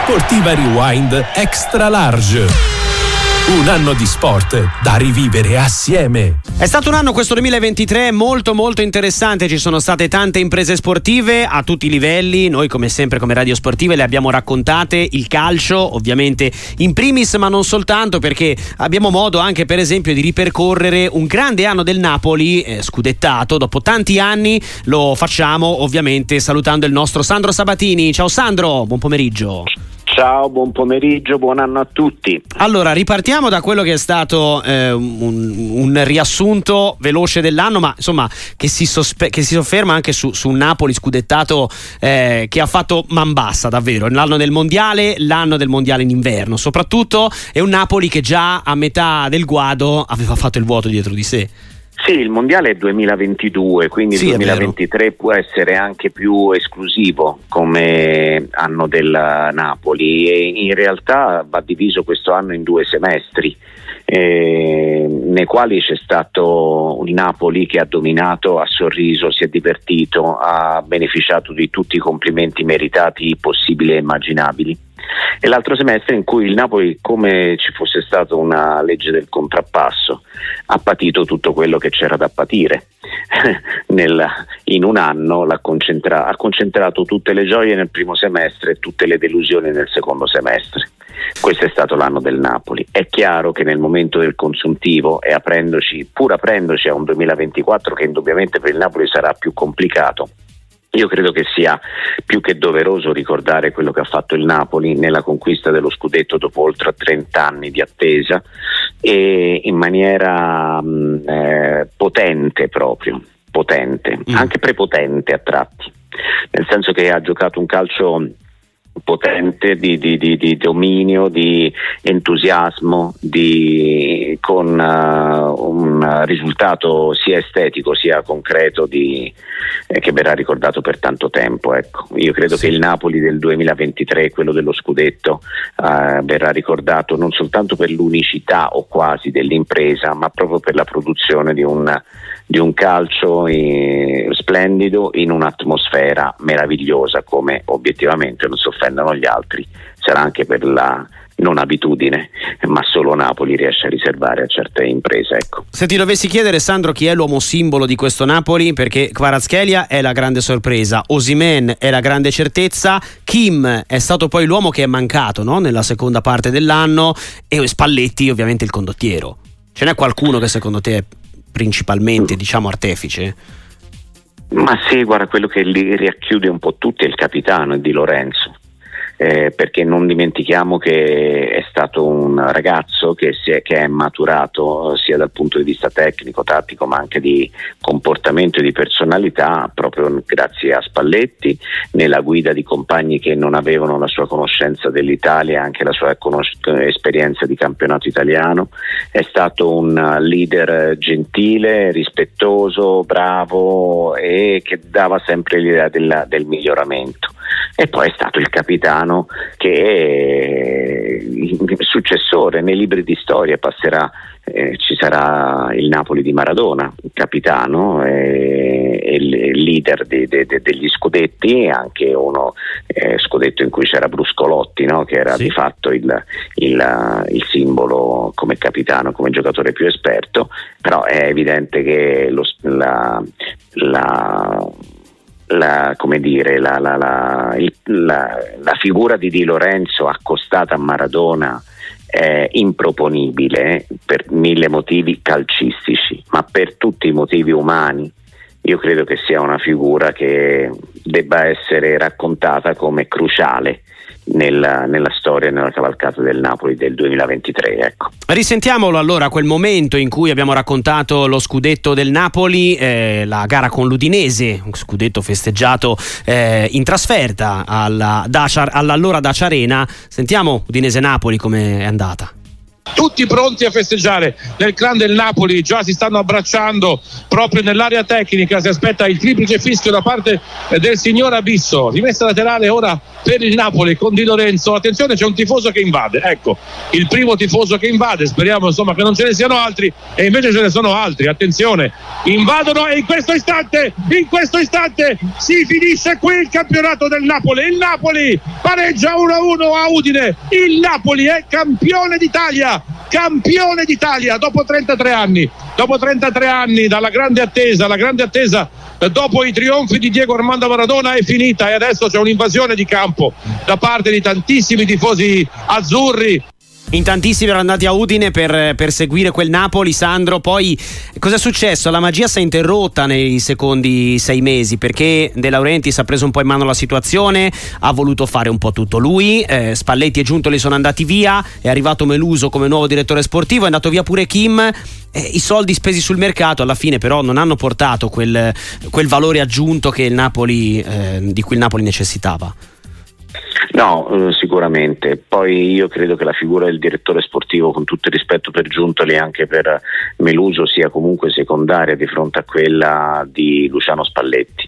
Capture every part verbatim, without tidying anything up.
Sportiva Rewind Extra Large. Un anno di sport da rivivere assieme. È stato un anno, questo duemilaventitré, molto molto interessante. Ci sono state tante imprese sportive a tutti i livelli. Noi come sempre come Radio Sportive le abbiamo raccontate. Il calcio ovviamente in primis, ma non soltanto, perché abbiamo modo anche per esempio di ripercorrere un grande anno del Napoli, eh, scudettato. Dopo tanti anni lo facciamo ovviamente salutando il nostro Sandro Sabatini. Ciao Sandro, buon pomeriggio. Ciao, buon pomeriggio, buon anno a tutti. Allora, ripartiamo da quello che è stato eh, un, un riassunto veloce dell'anno, ma insomma che si, sospe- che si sofferma anche su, su un Napoli scudettato eh, che ha fatto man bassa, davvero. L'anno del mondiale, l'anno del mondiale in inverno, soprattutto è un Napoli che già a metà del guado aveva fatto il vuoto dietro di sé. Sì, il mondiale è duemilaventidue, quindi sì, il duemilaventitré può essere anche più esclusivo come anno del Napoli, e in realtà va diviso questo anno in due semestri, eh, nei quali c'è stato il Napoli che ha dominato, ha sorriso, si è divertito, ha beneficiato di tutti i complimenti meritati possibili e immaginabili. E l'altro semestre in cui il Napoli, come ci fosse stata una legge del contrappasso, ha patito tutto quello che c'era da patire. Nel, in un anno l'ha concentra- ha concentrato tutte le gioie nel primo semestre e tutte le delusioni nel secondo semestre. Questo è stato l'anno del Napoli. È chiaro che nel momento del consuntivo, e aprendoci, pur aprendoci a un duemilaventiquattro che indubbiamente per il Napoli sarà più complicato, io credo che sia più che doveroso ricordare quello che ha fatto il Napoli nella conquista dello scudetto dopo oltre trenta anni di attesa, e in maniera mh, eh, potente proprio, potente, mm. anche prepotente a tratti, nel senso che ha giocato un calcio potente di, di, di, di dominio, di entusiasmo, di, con uh, un risultato sia estetico sia concreto di, eh, che verrà ricordato per tanto tempo. Ecco, io credo sì. che il Napoli del duemilaventitré, quello dello scudetto, uh, verrà ricordato non soltanto per l'unicità o quasi dell'impresa, ma proprio per la produzione di un di un calcio eh, splendido in un'atmosfera meravigliosa, come obiettivamente, non si offendano gli altri, sarà anche per la non abitudine, ma solo Napoli riesce a riservare a certe imprese. Ecco. Se ti dovessi chiedere, Sandro, chi è l'uomo simbolo di questo Napoli, perché Kvaratskhelia è la grande sorpresa, Osimhen è la grande certezza, Kim è stato poi l'uomo che è mancato, no? nella seconda parte dell'anno, e Spalletti ovviamente il condottiero. Ce n'è qualcuno che secondo te è principalmente, diciamo, artefice? Ma sì, guarda, quello che li racchiude un po' tutti è il capitano, è Di Lorenzo, eh, perché non dimentichiamo che è stato un ragazzo che, si è, che è maturato sia dal punto di vista tecnico, tattico, ma anche di comportamento e di personalità, proprio grazie a Spalletti, nella guida di compagni che non avevano la sua conoscenza dell'Italia, anche la sua conos- esperienza di campionato italiano. È stato un leader gentile, rispettoso, bravo, e che dava sempre l'idea della, del miglioramento. E poi è stato il capitano che è il successore, nei libri di storia passerà, eh, ci sarà il Napoli di Maradona, il capitano e eh, il leader de, de, de, degli scudetti, anche uno eh, scudetto in cui c'era Bruscolotti, no? che era sì. di fatto il, il, il simbolo come capitano, come giocatore più esperto, però è evidente che lo, la, la La, come dire, la, la, la, il, la, la figura di Di Lorenzo accostata a Maradona è improponibile per mille motivi calcistici, ma per tutti i motivi umani io credo che sia una figura che debba essere raccontata come cruciale nella, nella storia e nella cavalcata del Napoli del duemilaventitré. Ecco. Risentiamolo allora, quel momento in cui abbiamo raccontato lo scudetto del Napoli, eh, la gara con l'Udinese, un scudetto festeggiato eh, in trasferta alla Dacia, all'allora Dacia Arena. Sentiamo Udinese-Napoli come è andata. tutti pronti a festeggiare. Nel clan del Napoli già si stanno abbracciando proprio nell'area tecnica, si aspetta il triplice fischio da parte del signor Abisso. Rimessa laterale ora per il Napoli con Di Lorenzo. Attenzione, c'è un tifoso che invade, ecco il primo tifoso che invade, speriamo insomma che non ce ne siano altri, e invece ce ne sono altri. Attenzione, invadono, e in questo istante in questo istante si finisce qui il campionato del Napoli. Il Napoli pareggia uno a uno a Udine. Il Napoli è campione d'Italia, campione d'Italia dopo trentatré anni, dopo trentatré anni dalla grande attesa, la grande attesa dopo i trionfi di Diego Armando Maradona è finita, e adesso c'è un'invasione di campo da parte di tantissimi tifosi azzurri. In tantissimi erano andati a Udine per, per seguire quel Napoli, Sandro. Poi cosa è successo? La magia si è interrotta nei secondi sei mesi, perché De Laurentiis ha preso un po' in mano la situazione, ha voluto fare un po' tutto lui, eh, Spalletti e Giuntoli sono andati via, è arrivato Meluso come nuovo direttore sportivo, è andato via pure Kim. Eh, i soldi spesi sul mercato alla fine però non hanno portato quel, quel valore aggiunto che il Napoli, eh, di cui il Napoli necessitava. No, sicuramente. Poi io credo che la figura del direttore sportivo, con tutto il rispetto per Giuntoli e anche per Meluso, sia comunque secondaria di fronte a quella di Luciano Spalletti,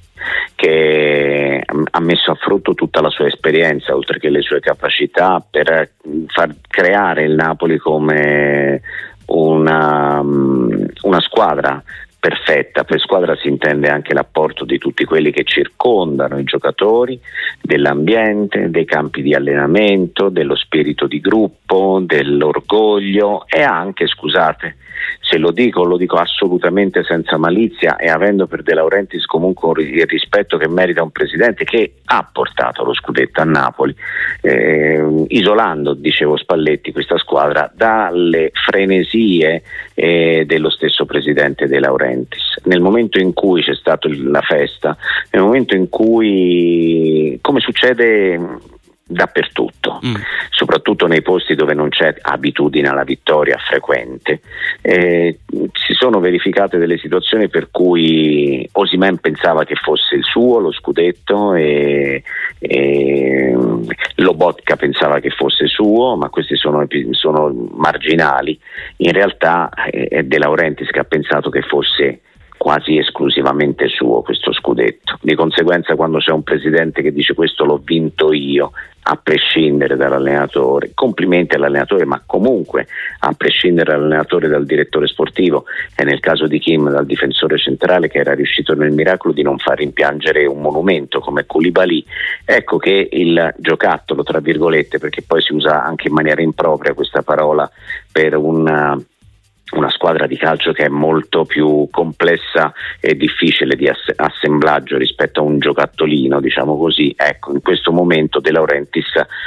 che ha messo a frutto tutta la sua esperienza oltre che le sue capacità per far creare il Napoli come una, una squadra perfetta. Per squadra si intende anche l'apporto di tutti quelli che circondano i giocatori, dell'ambiente, dei campi di allenamento, dello spirito di gruppo, dell'orgoglio, e anche, scusate se lo dico, lo dico assolutamente senza malizia, e avendo per De Laurentiis comunque il rispetto che merita un presidente che ha portato lo scudetto a Napoli, eh, isolando, dicevo Spalletti, questa squadra dalle frenesie eh, dello stesso presidente De Laurentiis. Nel momento in cui c'è stata la festa, nel momento in cui, come succede dappertutto, mm. soprattutto nei posti dove non c'è abitudine alla vittoria frequente, eh, si sono verificate delle situazioni per cui Osimhen pensava che fosse il suo lo scudetto, e, e Lobotka pensava che fosse suo, ma questi sono, sono marginali. In realtà è De Laurentiis che ha pensato che fosse quasi esclusivamente suo questo scudetto. Di conseguenza, quando c'è un presidente che dice questo l'ho vinto io, a prescindere dall'allenatore, complimenti all'allenatore, ma comunque a prescindere dall'allenatore e dal direttore sportivo, e nel caso di Kim dal difensore centrale, che era riuscito nel miracolo di non far rimpiangere un monumento come Koulibaly, ecco che il giocattolo, tra virgolette, perché poi si usa anche in maniera impropria questa parola per un una squadra di calcio che è molto più complessa e difficile di ass- assemblaggio rispetto a un giocattolino, diciamo così. Ecco, in questo momento De Laurentiis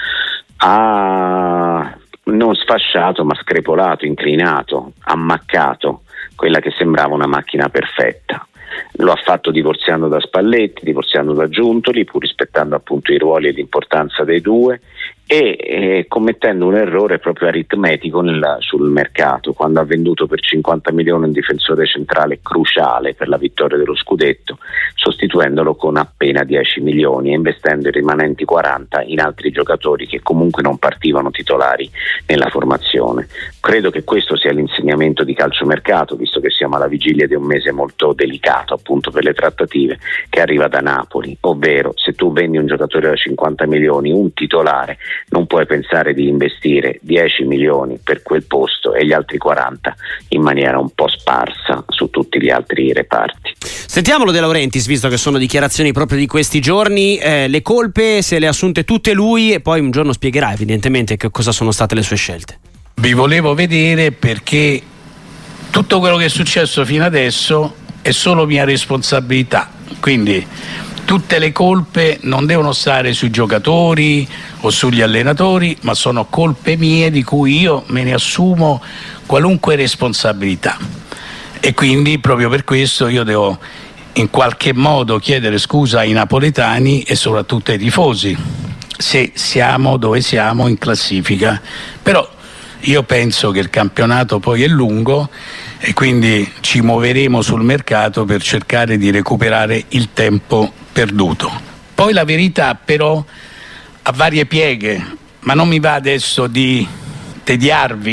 ha non sfasciato ma screpolato, inclinato, ammaccato quella che sembrava una macchina perfetta. Lo ha fatto divorziando da Spalletti, divorziando da Giuntoli, pur rispettando appunto i ruoli e l'importanza dei due, e eh, commettendo un errore proprio aritmetico nel, sul mercato, quando ha venduto per cinquanta milioni un difensore centrale cruciale per la vittoria dello scudetto, sostituendolo con appena dieci milioni e investendo i rimanenti quaranta in altri giocatori che comunque non partivano titolari nella formazione. Credo che questo sia l'insegnamento di calciomercato, visto che siamo alla vigilia di un mese molto delicato appunto per le trattative, che arriva da Napoli, ovvero se tu vendi un giocatore da cinquanta milioni, un titolare, non puoi pensare di investire dieci milioni per quel posto e gli altri quaranta in maniera un po' sparsa su tutti gli altri reparti. Sentiamolo De Laurentiis, visto che sono dichiarazioni proprio di questi giorni, eh, le colpe se le ha assunte tutte lui, e poi un giorno spiegherà evidentemente che cosa sono state le sue scelte. Vi volevo vedere perché tutto quello che è successo fino adesso è solo mia responsabilità, quindi tutte le colpe non devono stare sui giocatori o sugli allenatori, ma sono colpe mie di cui io me ne assumo qualunque responsabilità, e quindi proprio per questo io devo in qualche modo chiedere scusa ai napoletani e soprattutto ai tifosi se siamo dove siamo in classifica. Però io penso che il campionato poi è lungo e quindi ci muoveremo sul mercato per cercare di recuperare il tempo perduto. Poi la verità però ha varie pieghe, ma non mi va adesso di tediarvi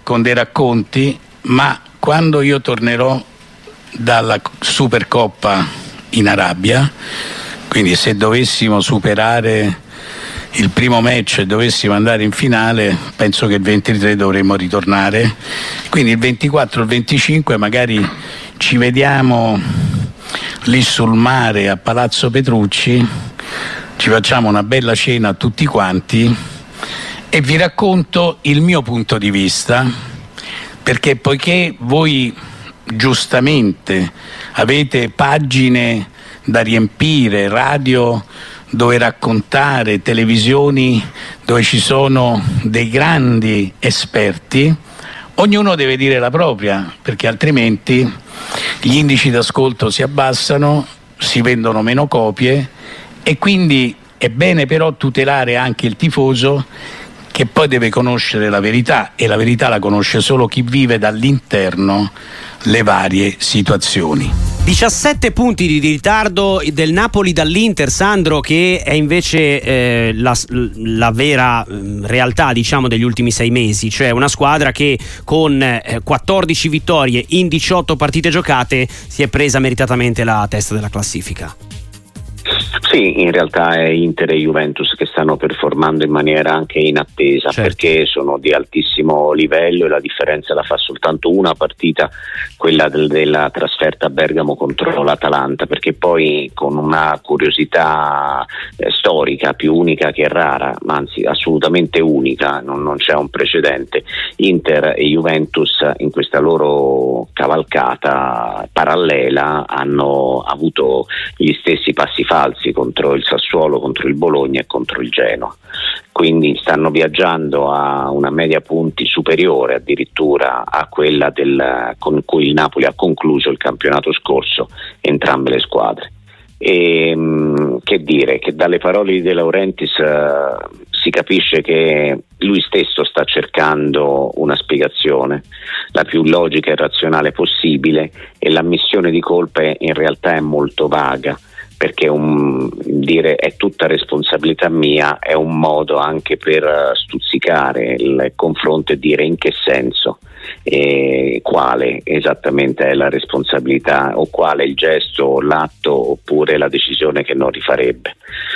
con dei racconti, ma quando io tornerò dalla Supercoppa in Arabia, quindi se dovessimo superare il primo match e dovessimo andare in finale, penso che il ventitré dovremmo ritornare, quindi il ventiquattro, il venticinque magari ci vediamo lì sul mare a Palazzo Petrucci, ci facciamo una bella cena tutti quanti e vi racconto il mio punto di vista, perché poiché voi giustamente avete pagine da riempire, radio dove raccontare, televisioni dove ci sono dei grandi esperti, ognuno deve dire la propria, perché altrimenti gli indici d'ascolto si abbassano, si vendono meno copie e quindi è bene però tutelare anche il tifoso, che poi deve conoscere la verità, e la verità la conosce solo chi vive dall'interno le varie situazioni. diciassette punti di ritardo del Napoli dall'Inter, Sandro, che è invece eh, la, la vera eh, realtà, diciamo, degli ultimi sei mesi, cioè una squadra che con eh, quattordici vittorie in diciotto partite giocate si è presa meritatamente la testa della classifica. Sì, in realtà è Inter e Juventus che stanno performando in maniera anche inattesa, certo, perché sono di altissimo livello e la differenza la fa soltanto una partita, quella del, della trasferta a Bergamo contro l'Atalanta, perché poi con una curiosità eh, storica più unica che rara, ma anzi assolutamente unica, non, non c'è un precedente, Inter e Juventus in questa loro cavalcata parallela hanno avuto gli stessi passi falsi contro il Sassuolo, contro il Bologna e contro il Genoa, quindi stanno viaggiando a una media punti superiore addirittura a quella del, con cui il Napoli ha concluso il campionato scorso, entrambe le squadre. E mh, che dire, che dalle parole di De Laurentiis uh, si capisce che lui stesso sta cercando una spiegazione, la più logica e razionale possibile, e l'ammissione di colpe in realtà è molto vaga, perché un, dire è tutta responsabilità mia è un modo anche per stuzzicare il confronto e dire in che senso, e quale esattamente è la responsabilità, o quale il gesto, l'atto oppure la decisione che non rifarebbe.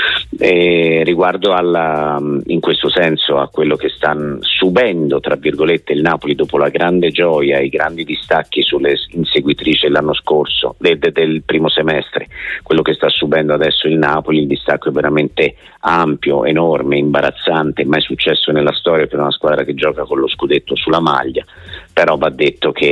E riguardo alla, in questo senso a quello che sta subendo tra virgolette il Napoli dopo la grande gioia e i grandi distacchi sulle inseguitrici l'anno scorso de, de, del primo semestre, quello che sta subendo adesso il Napoli, il distacco è veramente ampio, enorme, imbarazzante, mai successo nella storia per una squadra che gioca con lo scudetto sulla maglia. Però va detto che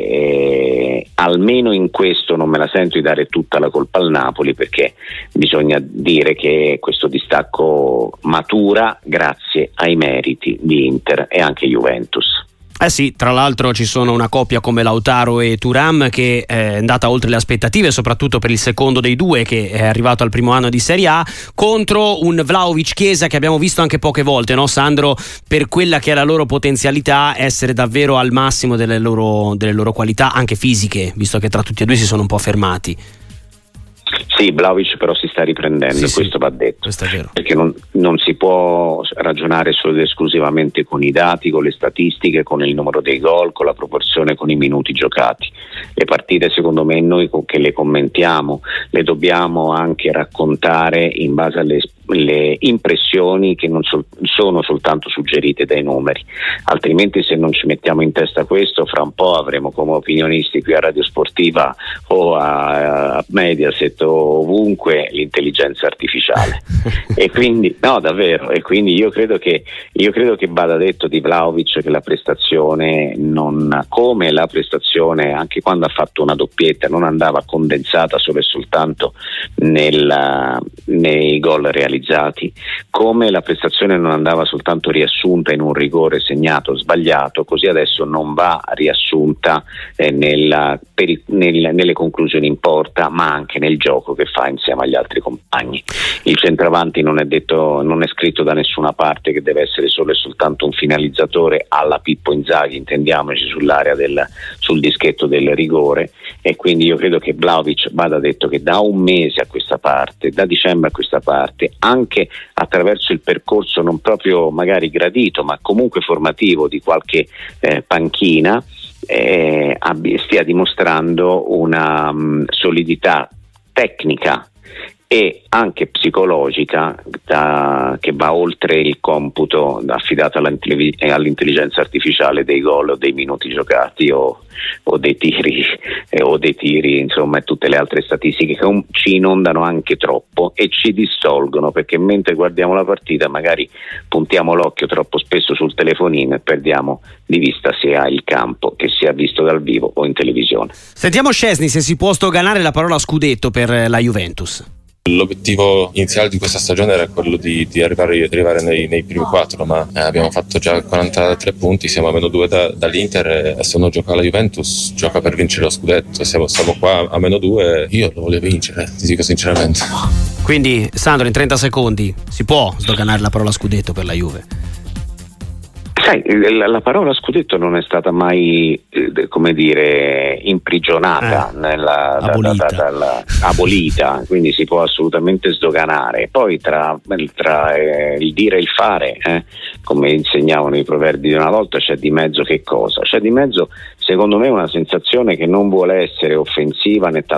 eh, almeno in questo non me la sento di dare tutta la colpa al Napoli, perché bisogna dire che questo distacco matura grazie ai meriti di Inter e anche Juventus. Eh sì, tra l'altro ci sono una coppia come Lautaro e Thuram che è andata oltre le aspettative, soprattutto per il secondo dei due che è arrivato al primo anno di Serie A, contro un Vlahovic-Chiesa che abbiamo visto anche poche volte, no Sandro, per quella che è la loro potenzialità, essere davvero al massimo delle loro, delle loro qualità anche fisiche, visto che tra tutti e due si sono un po' fermati. Sì, Vlahovic però si sta riprendendo, sì, questo sì, va detto, questo è vero. Perché non, non si può ragionare solo ed esclusivamente con i dati, con le statistiche, con il numero dei gol, con la proporzione, con i minuti giocati. Le partite, secondo me, noi che le commentiamo le dobbiamo anche raccontare in base alle le impressioni che non sol- sono soltanto suggerite dai numeri, altrimenti se non ci mettiamo in testa questo, fra un po' avremo come opinionisti qui a Radio Sportiva o a, a Mediaset o ovunque l'intelligenza artificiale e quindi no davvero e quindi io credo che io credo che vada detto di Vlahovic che la prestazione non, come la prestazione anche quando ha fatto una doppietta, non andava condensata solo e soltanto nel, nei gol realizzati, come la prestazione non andava soltanto riassunta in un rigore segnato sbagliato, così adesso non va riassunta eh, nella, per i, nel, nelle conclusioni in porta, ma anche nel gioco che fa insieme agli altri compagni. Il centravanti non è detto, non è scritto scritto da nessuna parte che deve essere solo e soltanto un finalizzatore alla Pippo Inzaghi, intendiamoci, sull'area del, sul dischetto del rigore, e quindi io credo che Vlahovic vada detto che da un mese a questa parte, da dicembre a questa parte, anche attraverso il percorso non proprio magari gradito ma comunque formativo di qualche eh, panchina, eh, stia dimostrando una um, solidità tecnica e anche psicologica da, che va oltre il computo affidato all'intelligenza artificiale dei gol o dei minuti giocati o, o dei tiri eh, o dei tiri insomma, e tutte le altre statistiche che un, ci inondano anche troppo e ci distolgono, perché mentre guardiamo la partita magari puntiamo l'occhio troppo spesso sul telefonino e perdiamo di vista sia il campo che sia visto dal vivo o in televisione. Sentiamo Szczesny se si può sdoganare la parola scudetto per la Juventus. L'obiettivo iniziale di questa stagione era quello di, di arrivare, arrivare nei, nei primi quattro, ma eh, abbiamo fatto già quarantatré punti, siamo a meno due da, dall'Inter, e se non gioca la Juventus gioca per vincere lo scudetto, siamo, siamo qua a meno due, io lo voglio vincere, ti dico sinceramente. Quindi Sandro, in trenta secondi si può sdoganare la parola scudetto per la Juve? Sai, la, la parola scudetto non è stata mai, eh, come dire, imprigionata, eh, nella, abolita. Da, da, da, da, abolita, quindi si può assolutamente sdoganare. Poi tra, tra eh, il dire e il fare, eh, come insegnavano i proverbi di una volta, c'è di mezzo che cosa? C'è di mezzo, secondo me, una sensazione che non vuole essere offensiva né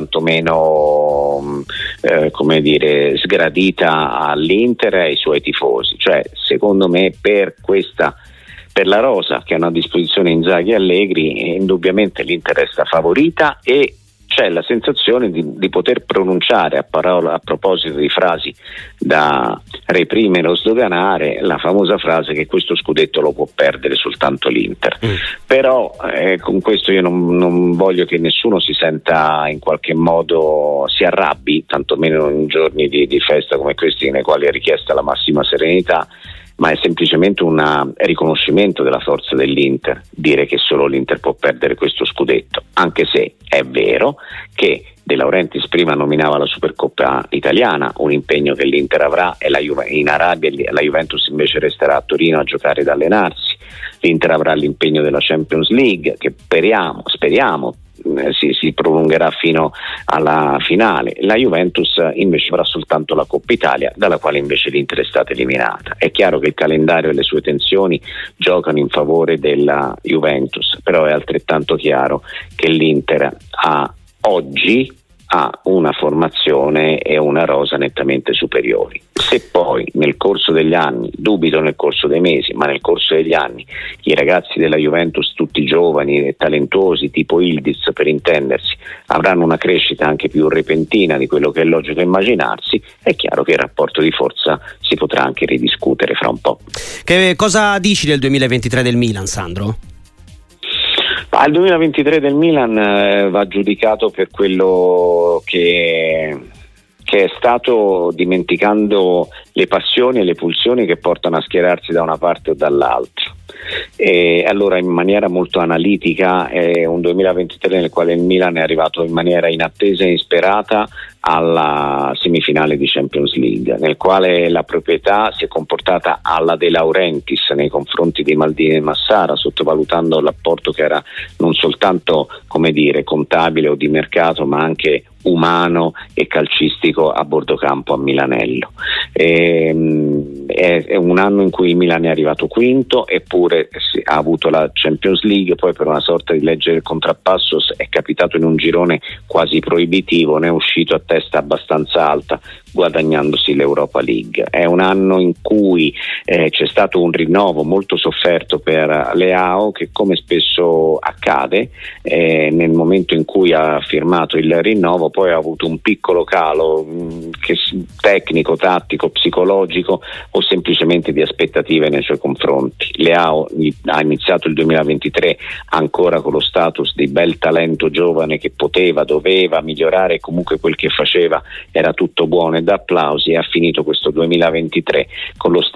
tantomeno eh, come dire, sgradita all'Inter e ai suoi tifosi. Cioè, secondo me, per questa per la rosa che hanno a disposizione Inzaghi e Allegri, indubbiamente l'Inter resta favorita e c'è la sensazione di, di poter pronunciare a, parola, a proposito di frasi da reprimere o sdoganare, la famosa frase che questo scudetto lo può perdere soltanto l'Inter. Mm. Però eh, con questo io non, non voglio che nessuno si senta in qualche modo si arrabbi, tantomeno in giorni di, di festa come questi nei quali è richiesta la massima serenità, ma è semplicemente un riconoscimento della forza dell'Inter dire che solo l'Inter può perdere questo scudetto, anche se è vero che De Laurentiis prima nominava la Supercoppa italiana, un impegno che l'Inter avrà, e la Juve, in Arabia la Juventus invece resterà a Torino a giocare ed allenarsi. L'Inter avrà l'impegno della Champions League che speriamo, speriamo Si, si prolungherà fino alla finale. La Juventus invece avrà soltanto la Coppa Italia, dalla quale invece l'Inter è stata eliminata. È chiaro che il calendario e le sue tensioni giocano in favore della Juventus, però è altrettanto chiaro che l'Inter ha oggi ha una formazione e una rosa nettamente superiori. Se poi nel corso degli anni, dubito nel corso dei mesi, ma nel corso degli anni i ragazzi della Juventus, tutti giovani e talentuosi tipo Ildiz per intendersi, avranno una crescita anche più repentina di quello che è logico immaginarsi, è chiaro che il rapporto di forza si potrà anche ridiscutere fra un po'. Che cosa dici del duemilaventitré del Milan, Sandro? Il duemilaventitré del Milan eh, va giudicato per quello che, che è stato, dimenticando le passioni e le pulsioni che portano a schierarsi da una parte o dall'altra. E allora, in maniera molto analitica, è un duemilaventitré nel quale il Milan è arrivato in maniera inattesa e insperata alla semifinale di Champions League, nel quale la proprietà si è comportata alla De Laurentiis nei confronti di Maldini e Massara, sottovalutando l'apporto che era non soltanto, come dire, contabile o di mercato, ma anche umano e calcistico a bordo campo a Milanello. E, è, è un anno in cui il Milan è arrivato quinto, eppure ha avuto la Champions League, poi per una sorta di legge del contrappasso è capitato in un girone quasi proibitivo, ne è uscito a testa abbastanza alta, guadagnandosi l'Europa League. È un anno in cui eh, c'è stato un rinnovo molto sofferto per Leao, che come spesso accade eh, nel momento in cui ha firmato il rinnovo poi ha avuto un piccolo calo mh, che, tecnico, tattico, psicologico o semplicemente di aspettative nei suoi confronti. Leao ha iniziato il duemilaventitré ancora con lo status di bel talento giovane che poteva, doveva migliorare, e comunque quel che faceva era tutto buono e da applausi, e ha finito questo duemilaventitré con lo status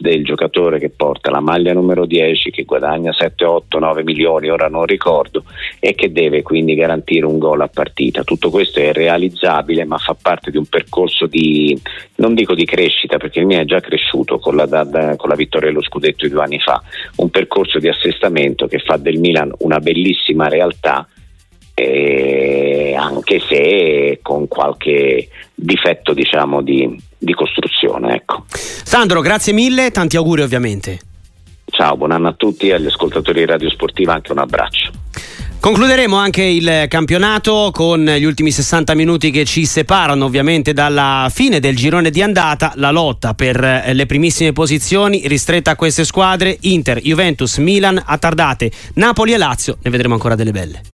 del giocatore che porta la maglia numero dieci, che guadagna sette, otto, nove milioni, ora non ricordo, e che deve quindi garantire un gol a partita. Tutto questo è realizzabile, ma fa parte di un percorso di, non dico di crescita, perché il mio è già cresciuto con la, da, con la vittoria dello scudetto di due anni fa, un percorso di assestamento che fa del Milan una bellissima realtà, eh, anche se con qualche difetto, diciamo, di, di costruzione, ecco. Sandro, grazie mille, tanti auguri ovviamente. Ciao, buon anno a tutti e agli ascoltatori di Radio Sportiva anche un abbraccio. Concluderemo anche il campionato con gli ultimi sessanta minuti che ci separano ovviamente dalla fine del girone di andata. La lotta per le primissime posizioni ristretta a queste squadre: Inter, Juventus, Milan, attardate Napoli e Lazio. Ne vedremo ancora delle belle.